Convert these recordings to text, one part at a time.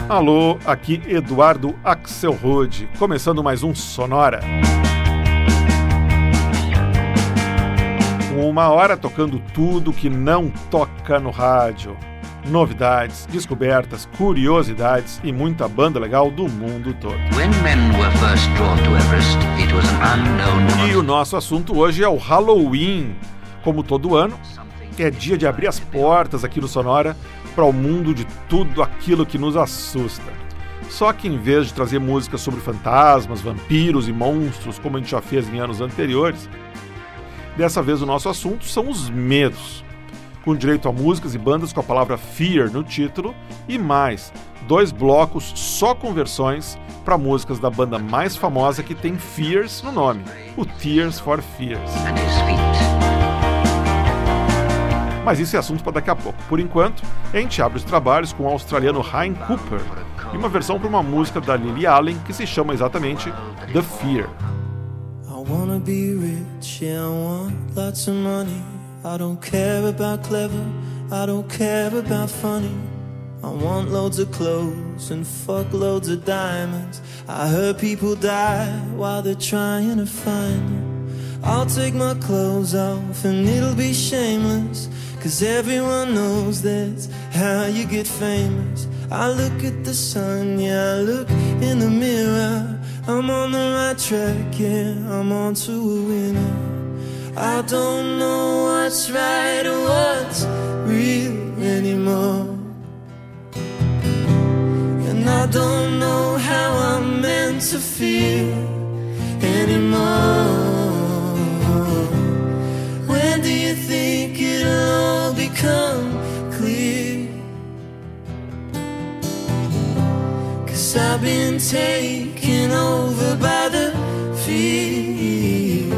Alô, aqui Eduardo Axelrod, começando mais um Sonora. Uma hora tocando tudo que não toca no rádio. Novidades, descobertas, curiosidades e muita banda legal do mundo todo. E o nosso assunto hoje é o Halloween. Como todo ano, é dia de abrir as portas aqui no Sonora para o mundo de tudo aquilo que nos assusta. Só que em vez de trazer músicas sobre fantasmas, vampiros e monstros, como a gente já fez em anos anteriores, dessa vez o nosso assunto são os medos, com direito a músicas e bandas com a palavra Fear no título e mais 2 blocos só com versões para músicas da banda mais famosa que tem Fears no nome, o Tears for Fears. Mas isso é assunto para daqui a pouco. Por enquanto, a gente abre os trabalhos com o australiano Ryan Cooper e uma versão para uma música da Lily Allen que se chama exatamente The Fear. I wanna be rich, yeah, I want lots of money. I don't care about clever, I don't care about funny. I want loads of clothes and fuck loads of diamonds. I heard people die while they're trying to find you. I'll take my clothes off and it'll be shameless, 'cause everyone knows that's how you get famous. I look at the sun, yeah, I look in the mirror. I'm on the right track, yeah, I'm on to a winner. I don't know what's right or what's real anymore, and I don't know how I'm meant to feel anymore. When do you think it'll all become clear? 'Cause I've been taken over by the fear.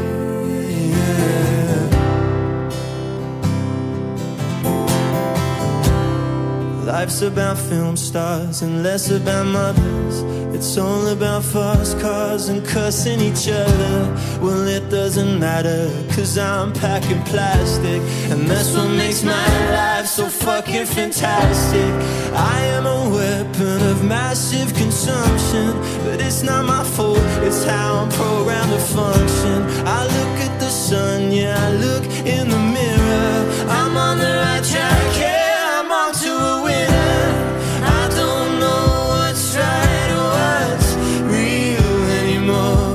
Life's about film stars and less about mothers. It's all about fast cars and cussing each other. Well, it doesn't matter, 'cause I'm packing plastic, and that's what makes my life so fucking fantastic. I am a weapon of massive consumption, but it's not my fault, it's how I'm programmed to function. I look at the sun, yeah, I look in the mirror. I'm on the right track, yeah, I'm on to a winner. I don't know what's right or what's real anymore,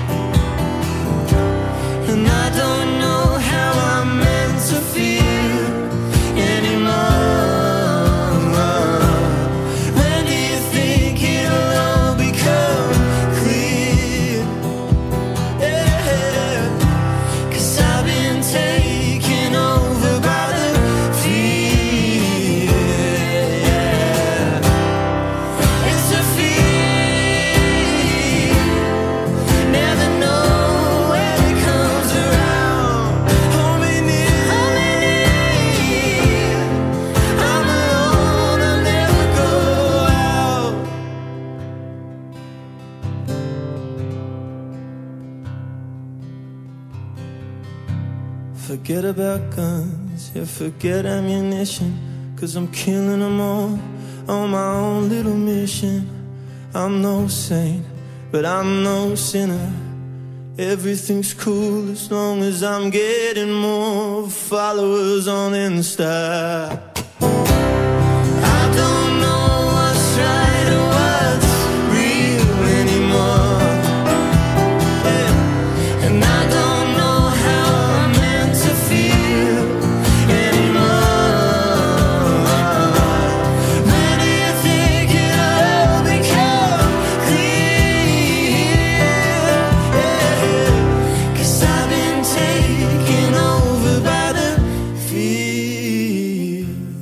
and I don't know how I'm meant to feel anymore. When do you think it'll all become clear? Yeah, 'cause I've been taken over by the fear. It's a fear, never know when it comes around. Hold me near, I'm alone, I'll never go out. Forget about guns, yeah, forget ammunition, 'cause I'm killing them all on my own little mission. I'm no saint, but I'm no sinner. Everything's cool as long as I'm getting more followers on Insta. I don't know what's right or what's real anymore, yeah, and I don't know how I'm meant to feel anymore. When do you think it'll all become clear? Yeah, 'cause I've been taken over by the fear.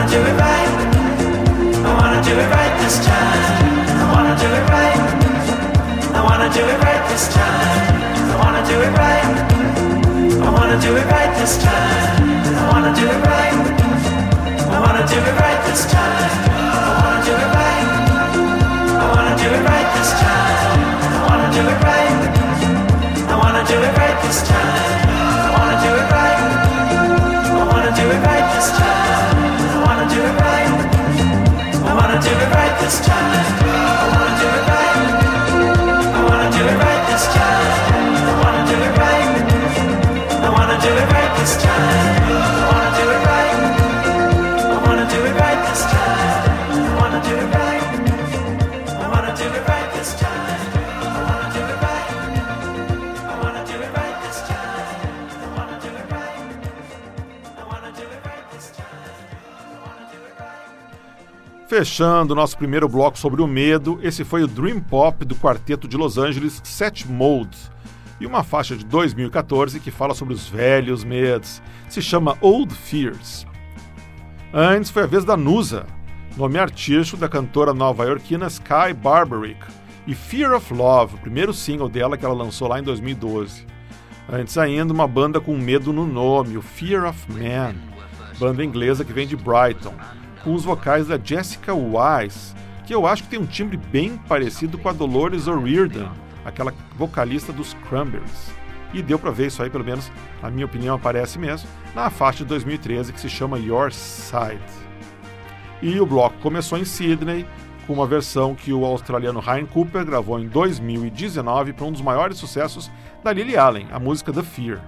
do it right. I wanna do it right this time. I wanna do it right. I wanna do it right this time. I wanna do it right. I wanna do it right this time. I wanna do it right. I wanna do it right this time. I wanna do it right. I wanna do it right this time. I wanna do it right. I wanna do it right this time. I wanna do it right. I wanna do it right this time. I wanna do it right. I wanna do it right this time. I wanna do it right. I wanna do it right this time. I wanna do it right. I wanna do it right this time. I wanna do it right. I wanna do it right this time. I wanna do it right. I wanna do it right this time. I wanna do it right. I wanna do it right this time. I wanna do it right. I wanna do it right this time. I wanna do it right. Fechando o nosso primeiro bloco sobre o medo, esse foi o Dream Pop do quarteto de Los Angeles Set Mode, e uma faixa de 2014 que fala sobre os velhos medos, se chama Old Fears. Antes foi a vez da Nusa, nome artístico da cantora nova-iorquina Sky Barbaric, e Fear of Love, o primeiro single dela que ela lançou lá em 2012. Antes ainda, uma banda com medo no nome, o Fear of Man, banda inglesa que vem de Brighton, com os vocais da Jessica Wise, que eu acho que tem um timbre bem parecido com a Dolores O'Riordan, aquela vocalista dos Cranberries. E deu pra ver isso aí, pelo menos, na minha opinião, aparece mesmo, na faixa de 2013 que se chama Your Side. E o bloco começou em Sydney, com uma versão que o australiano Ryan Cooper gravou em 2019 para um dos maiores sucessos da Lily Allen, a música The Fear.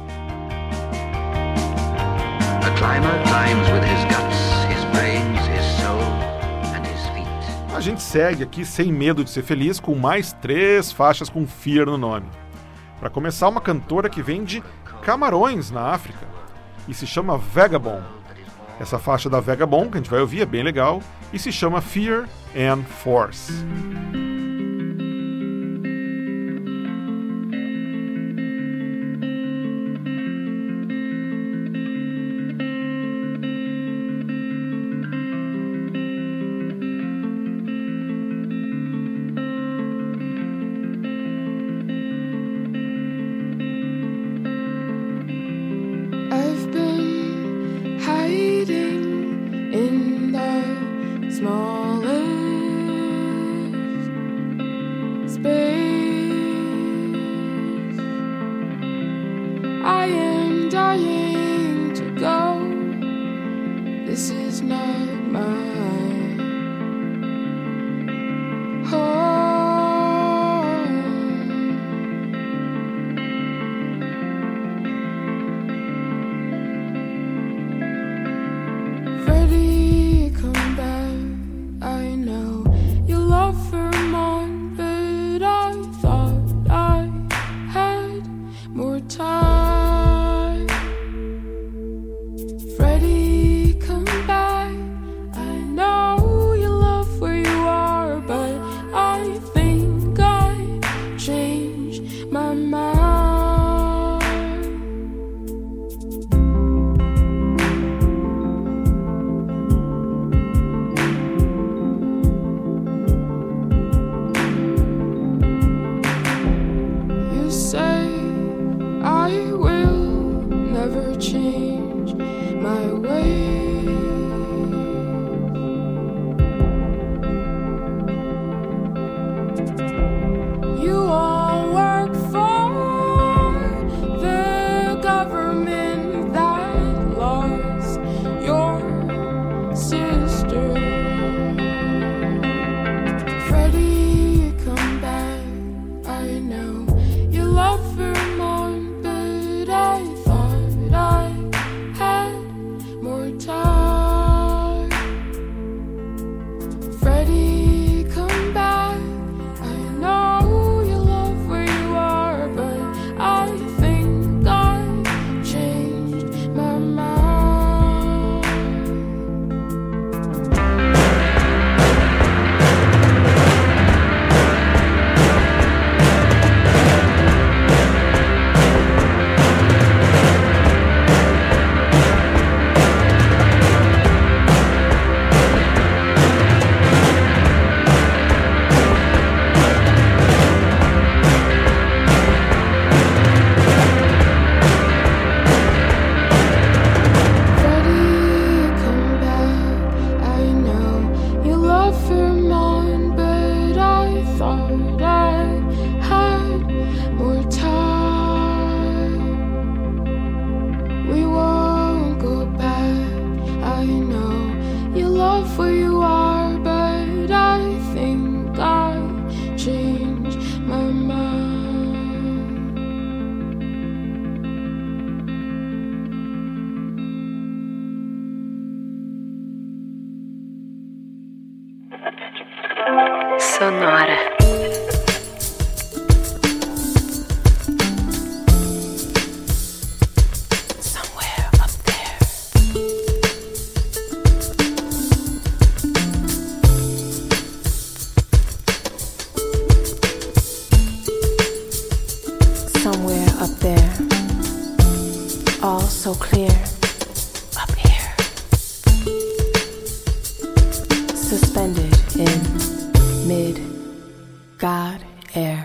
A climber climbs with his guts, his brains, his soul and his feet. A gente segue aqui sem medo de ser feliz com mais 3 faixas com Fear no nome. Para começar, uma cantora que vem de Camarões, na África, e se chama Vagabond. Essa faixa da Vagabond, que a gente vai ouvir, é bem legal, e se chama Fear and Force. Freddie, come back. I know love where you are, but I think I'll change my mind. Sonora. So clear up here, suspended in mid-God air,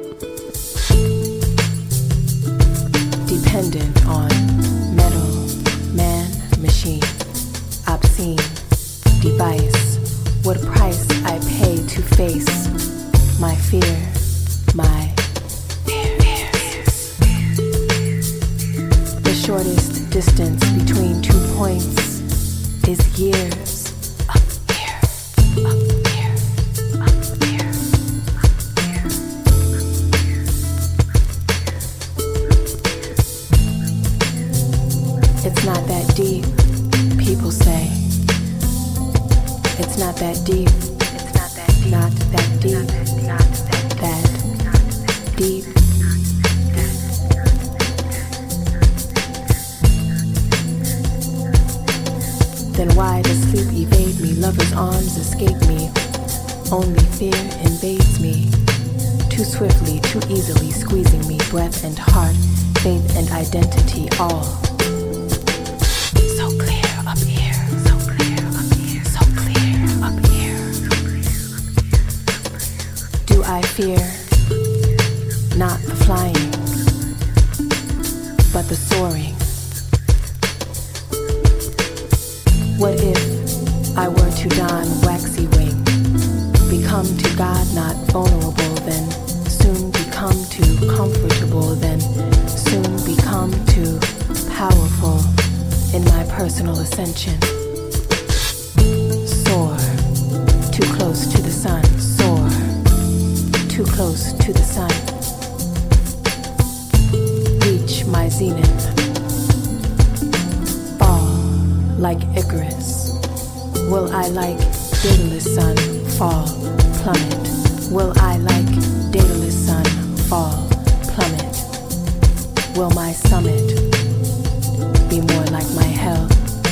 dependent on metal, man, machine, obscene device. What price I pay to face my fear, my shortest distance between 2 points is years. Up here, up here, up here, up here. It's not that deep, people say. It's not that deep. It's not that deep. Not that deep. Not that deep. Then why does sleep evade me? Lover's arms escape me. Only fear invades me. Too swiftly, too easily squeezing me. Breath and heart, faith and identity, all. So clear up here. So clear up here. So clear up here. Do I fear not the flying, but the soaring? What if I were to don waxy wing, become to God not vulnerable, then soon become too comfortable, then soon become too powerful in my personal ascension? Soar, too close to the sun, soar, too close to the sun. Reach my zenith. Like Icarus, will I like Daedalus sun fall, plummet? Will I like Daedalus sun fall, plummet? Will my summit be more like my hell?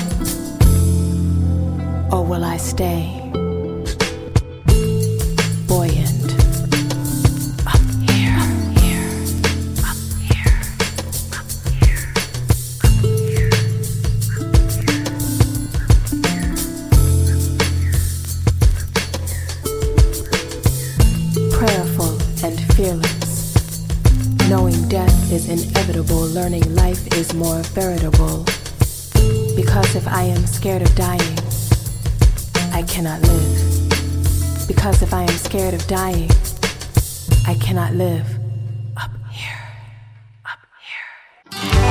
Or will I stay buoyant up here, up here, up here, up here, up here? Prayerful and fearless, knowing death is inevitable, learning life is more veritable. Because if I am scared of dying, I cannot live. Because if I am scared of dying, I cannot live. Up here, up here.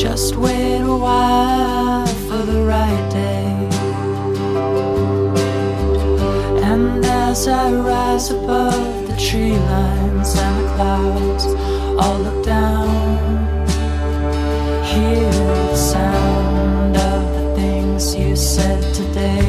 Just wait a while for the right day. And as I rise above the tree lines and the clouds, I'll look down, hear the sound of the things you said today.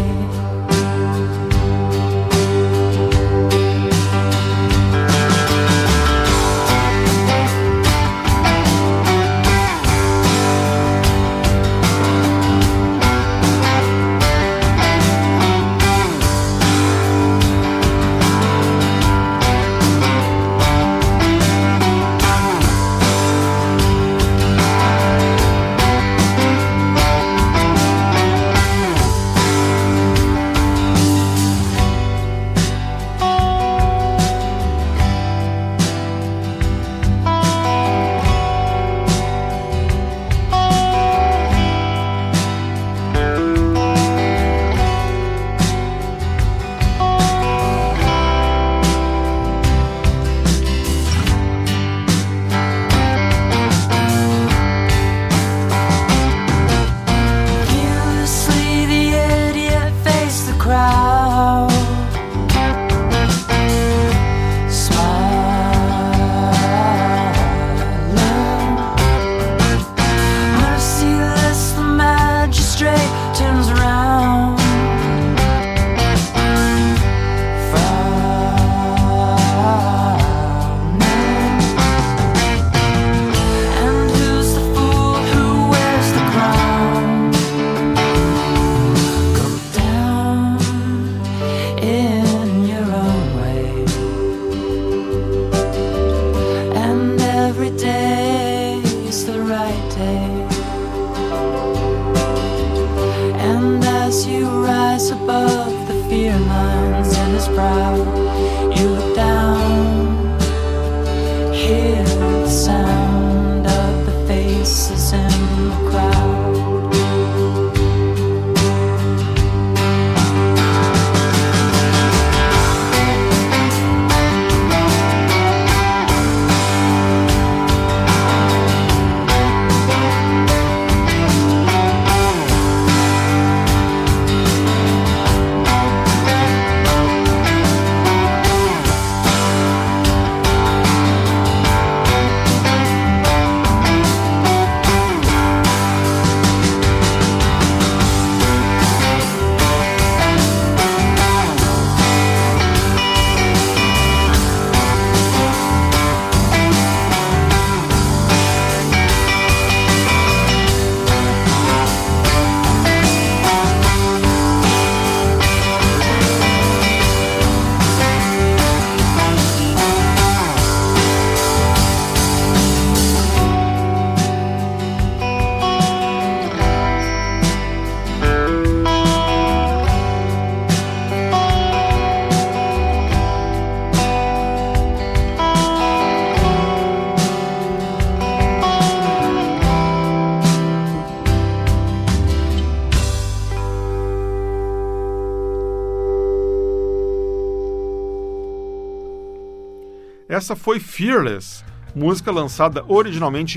Essa foi Fearless, música lançada originalmente em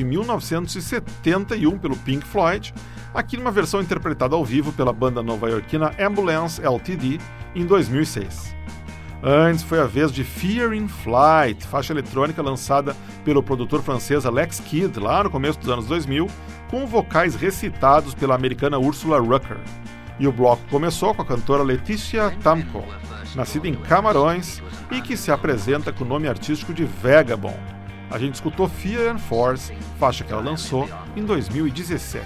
1971 pelo Pink Floyd, aqui numa versão interpretada ao vivo pela banda nova-iorquina Ambulance Ltd. Em 2006. Antes foi a vez de Fear in Flight, faixa eletrônica lançada pelo produtor francês Alex Kidd lá no começo dos anos 2000, com vocais recitados pela americana Ursula Rucker. E o bloco começou com a cantora Leticia Tamko, nascida em Camarões e que se apresenta com o nome artístico de Vagabond. A gente escutou Fear and Force, faixa que ela lançou em 2017.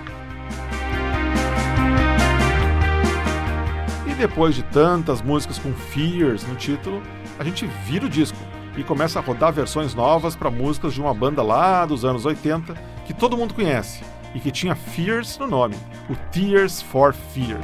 E depois de tantas músicas com Fears no título, a gente vira o disco e começa a rodar versões novas para músicas de uma banda lá dos anos 80 que todo mundo conhece e que tinha Fears no nome, o Tears for Fears.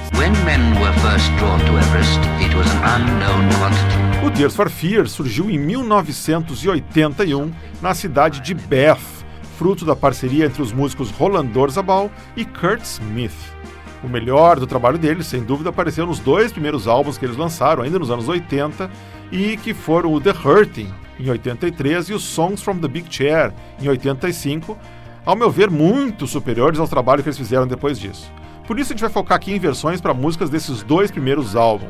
O Tears for Fears surgiu em 1981 na cidade de Bath, fruto da parceria entre os músicos Roland Dorzabal e Kurt Smith. O melhor do trabalho deles, sem dúvida, apareceu nos dois primeiros álbuns que eles lançaram, ainda nos anos 80, e que foram o The Hurting, em 83, e o Songs from the Big Chair, em 85, ao meu ver, muito superiores ao trabalho que eles fizeram depois disso. Por isso a gente vai focar aqui em versões para músicas desses 2 primeiros álbuns.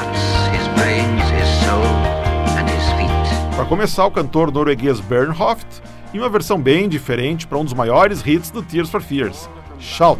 Para começar, o cantor norueguês Bernhoft, em uma versão bem diferente para um dos maiores hits do Tears for Fears, Shout.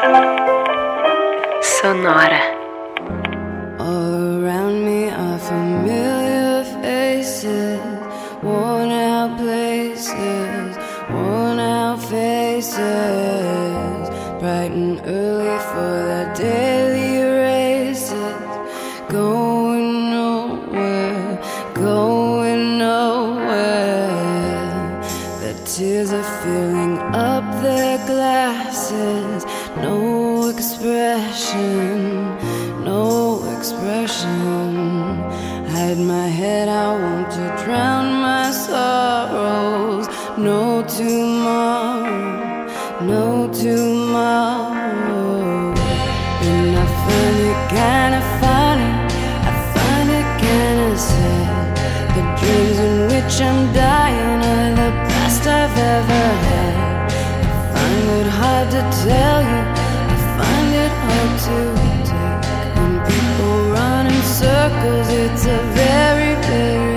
Sonora. All around me are familiar faces, worn out places, worn out faces, bright and early for the daily races, going nowhere, going nowhere. The tears are filling up their glasses, no expression, no expression. Hide my head, I want to drown my sorrows. No tomorrow, no tomorrow. And I find it kinda funny, I find it kinda sad. The dreams in which I'm dying are the best I've ever had. I find it hard to tell you, I find it hard to take. When people run in circles, it's a very, very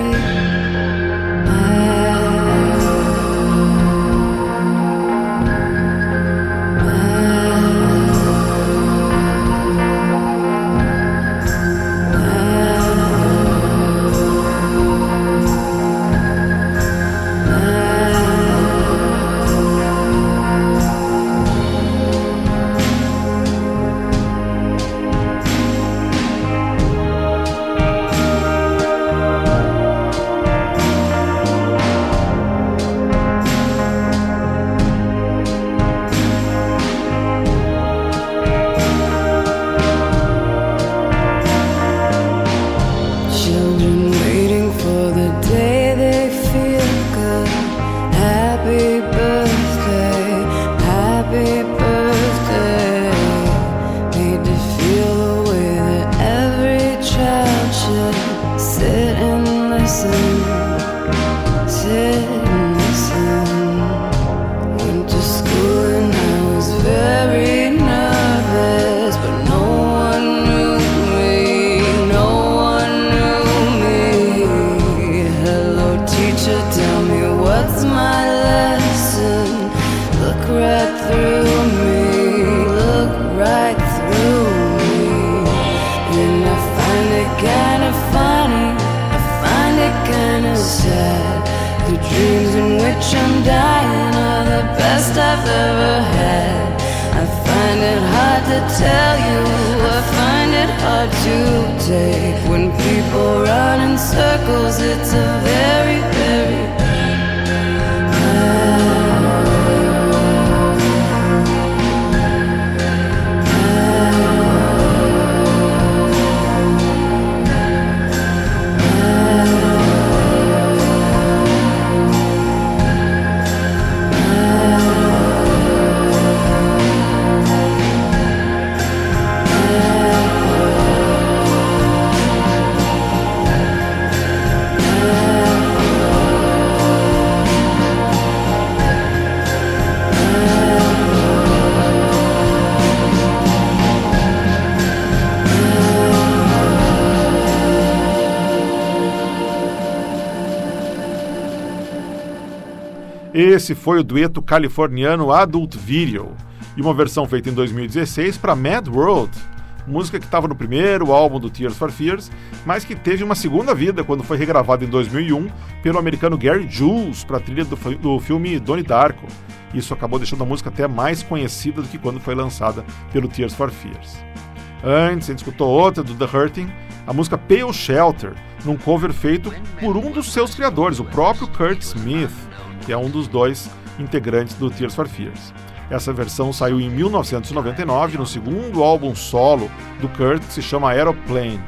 Esse foi o dueto californiano Adult Video, e uma versão feita em 2016 para Mad World, música que estava no primeiro álbum do Tears for Fears, mas que teve uma segunda vida quando foi regravada em 2001 pelo americano Gary Jules para a trilha do filme Donnie Darko. Isso acabou deixando a música até mais conhecida do que quando foi lançada pelo Tears for Fears. Antes, a gente escutou outra do The Hurting, a música Pale Shelter, num cover feito por um dos seus criadores, o próprio Kurt Smith, que é um dos dois integrantes do Tears for Fears. Essa versão saiu em 1999, no segundo álbum solo do Kurt, que se chama Aeroplane.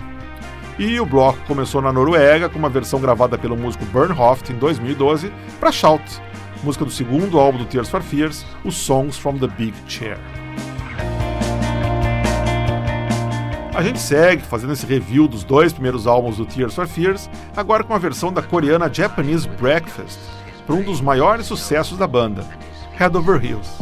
E o bloco começou na Noruega, com uma versão gravada pelo músico Bernhoft em 2012, para Shout, música do segundo álbum do Tears for Fears, os Songs from the Big Chair. A gente segue fazendo esse review dos dois primeiros álbuns do Tears for Fears, agora com a versão da coreana Japanese Breakfast, para um dos maiores sucessos da banda, Head Over Heels.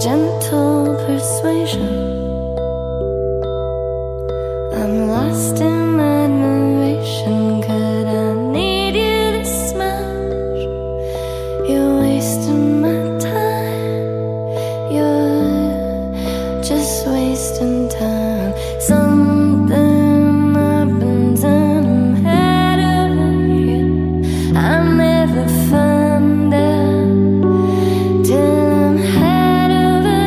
gentle persuasion. I'm lost in admiration. Could I need you this much? You're wasting my time. You're just wasting time. Something happens and I'm head over here. I never find out till I'm head over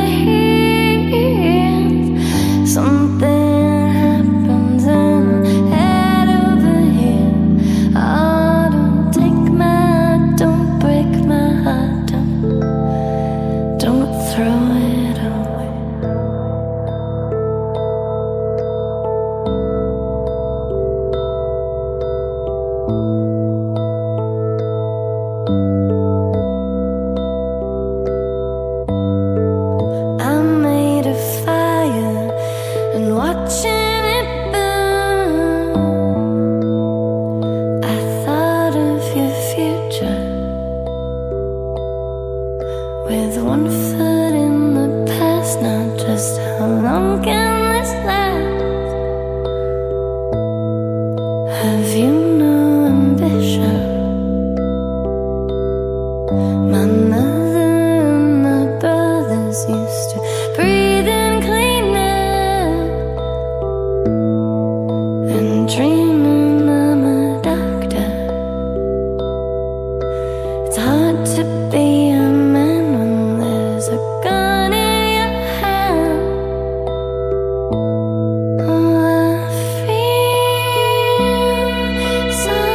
here. Something happens and I'm head over here. Oh, don't take my heart, don't break my heart, don't throw it away. I made a fire and watching it burn, I thought of your future. With one foot in the past, now just how long can this last? Have you no ambition? My mother and my brothers used to breathe in clean air and dreaming I'm a doctor. It's hard to be a man when there's a gun in your hand. Oh, I feel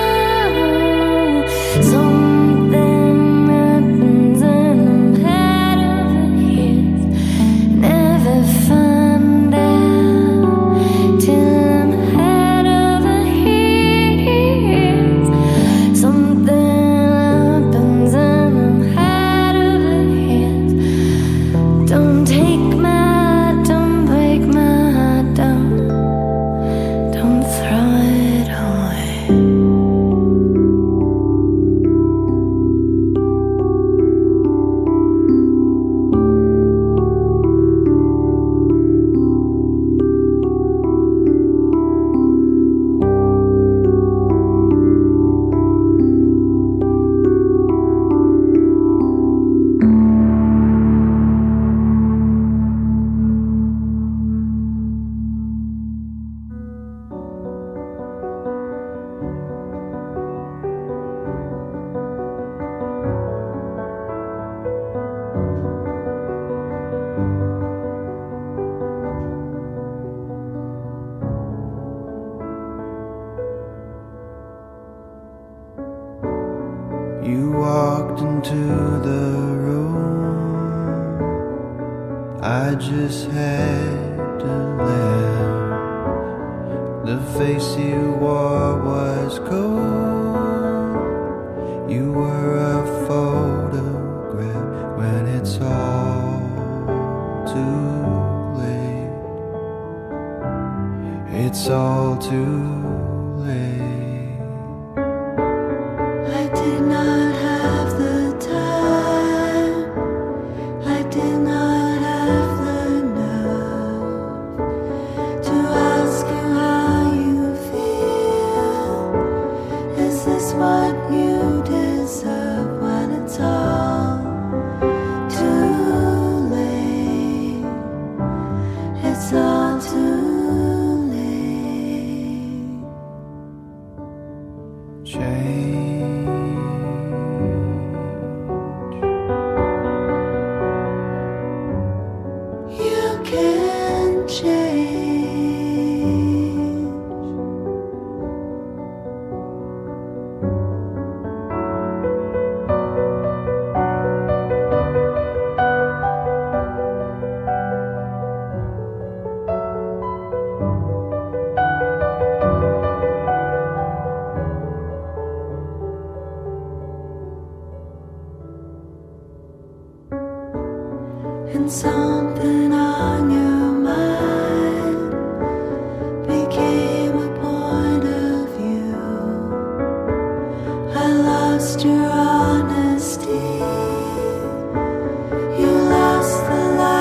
so. Something happens and I'm head over heels. Never find out till I'm head over heels. Something happens and I'm head over heels. Don't take my heart, don't break my heart, don't throw it away. You walked into the room, I just had to laugh. The face you wore was cold. You were a photograph when it's all too late. It's all too late. I did not have the time, I did not have the nerve to ask you how you feel. Is this what you deserve when it's all too late? It's all too late. Change. You can change. And something on your mind became a point of view. I lost your honesty. You lost the light.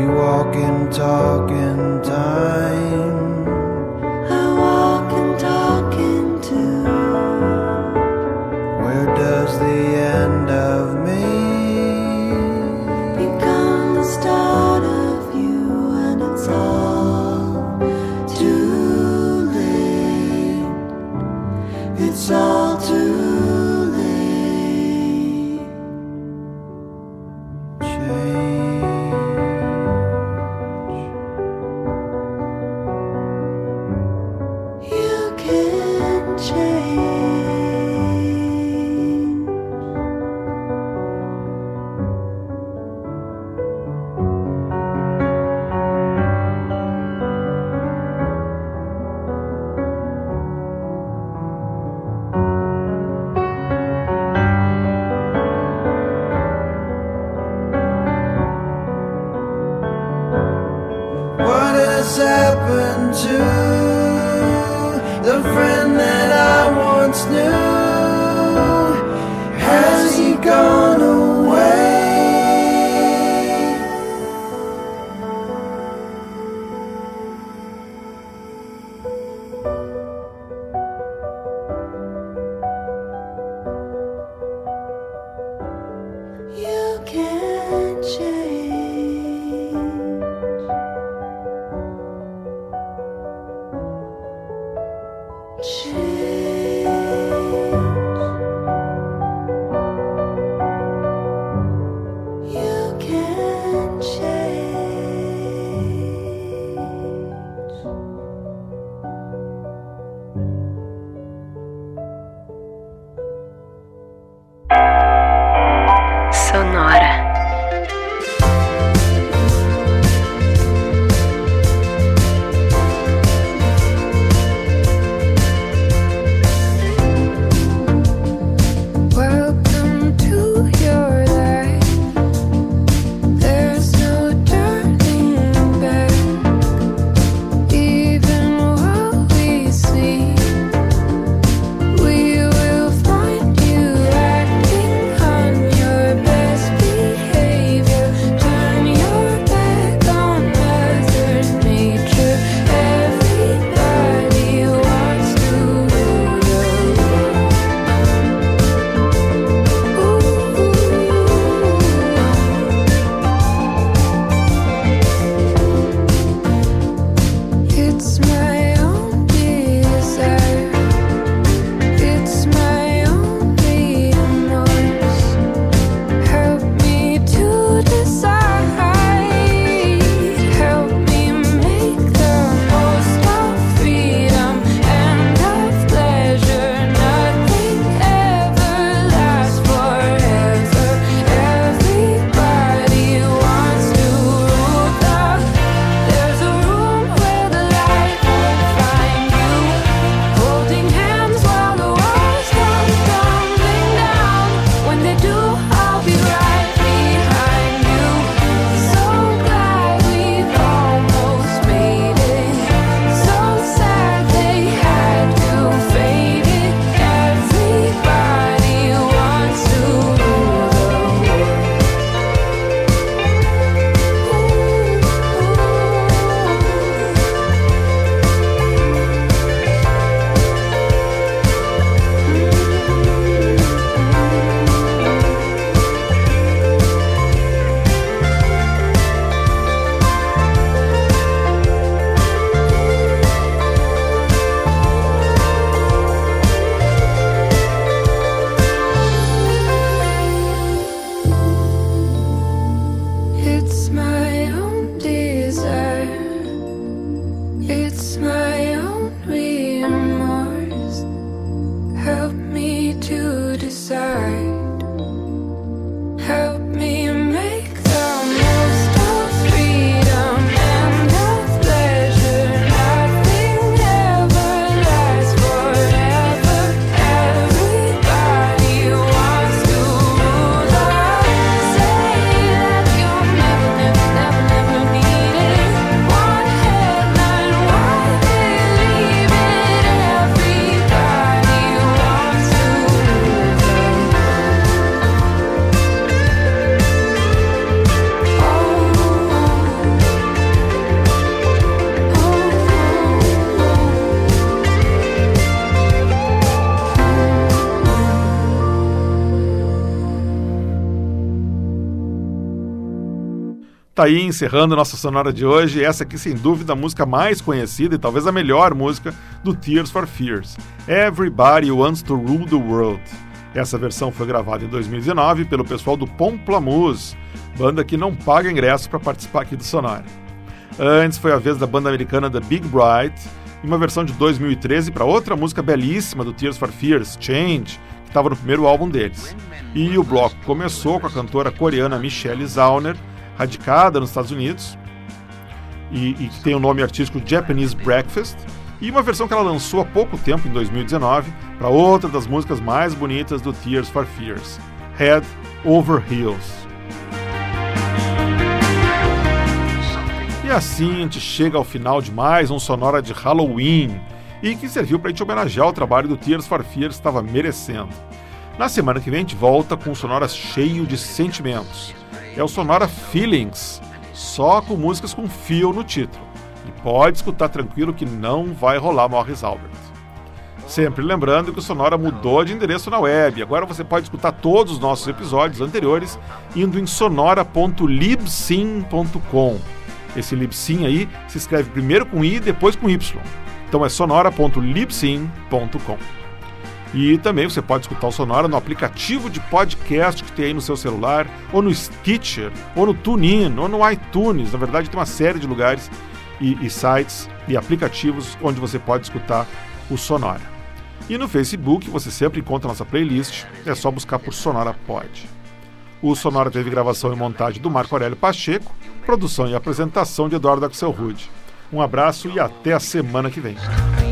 We walk and talk in time. I walk and talk into. Where does the end of me become the start of you, and it's all too late. It's all too late. You can change. What has happened to the friend that I once knew? Has he gone away? You can change. Change. Tá aí encerrando nossa sonora de hoje, essa aqui sem dúvida a música mais conhecida e talvez a melhor música do Tears for Fears, Everybody Wants to Rule the World. Essa versão foi gravada em 2019 pelo pessoal do Pomplamoose, banda que não paga ingresso para participar aqui do Sonora. Antes foi a vez da banda americana The Big Bright, em uma versão de 2013 para outra música belíssima do Tears for Fears, Change, que estava no primeiro álbum deles. E o bloco começou com a cantora coreana Michelle Zauner, radicada nos Estados Unidos, e que tem o nome artístico Japanese Breakfast, e uma versão que ela lançou há pouco tempo, em 2019, para outra das músicas mais bonitas do Tears for Fears, Head Over Heels. E assim a gente chega ao final de mais um Sonora de Halloween, e que serviu para a gente homenagear o trabalho do Tears for Fears que estava merecendo. Na semana que vem a gente volta com um Sonora cheio de sentimentos. É o Sonora Feelings, só com músicas com feel no título. E pode escutar tranquilo que não vai rolar Morris Albert. Sempre lembrando que o Sonora mudou de endereço na web. Agora você pode escutar todos os nossos episódios anteriores indo em sonora.libsyn.com. Esse Libsyn aí se escreve primeiro com I e depois com Y. Então é sonora.libsyn.com. E também você pode escutar o Sonora no aplicativo de podcast que tem aí no seu celular, ou no Stitcher, ou no TuneIn, ou no iTunes. Na verdade, tem uma série de lugares e sites e aplicativos onde você pode escutar o Sonora. E no Facebook você sempre encontra a nossa playlist, é só buscar por Sonora Pod. O Sonora teve gravação e montagem do Marco Aurélio Pacheco, produção e apresentação de Eduardo Axel Rude. Um abraço e até a semana que vem.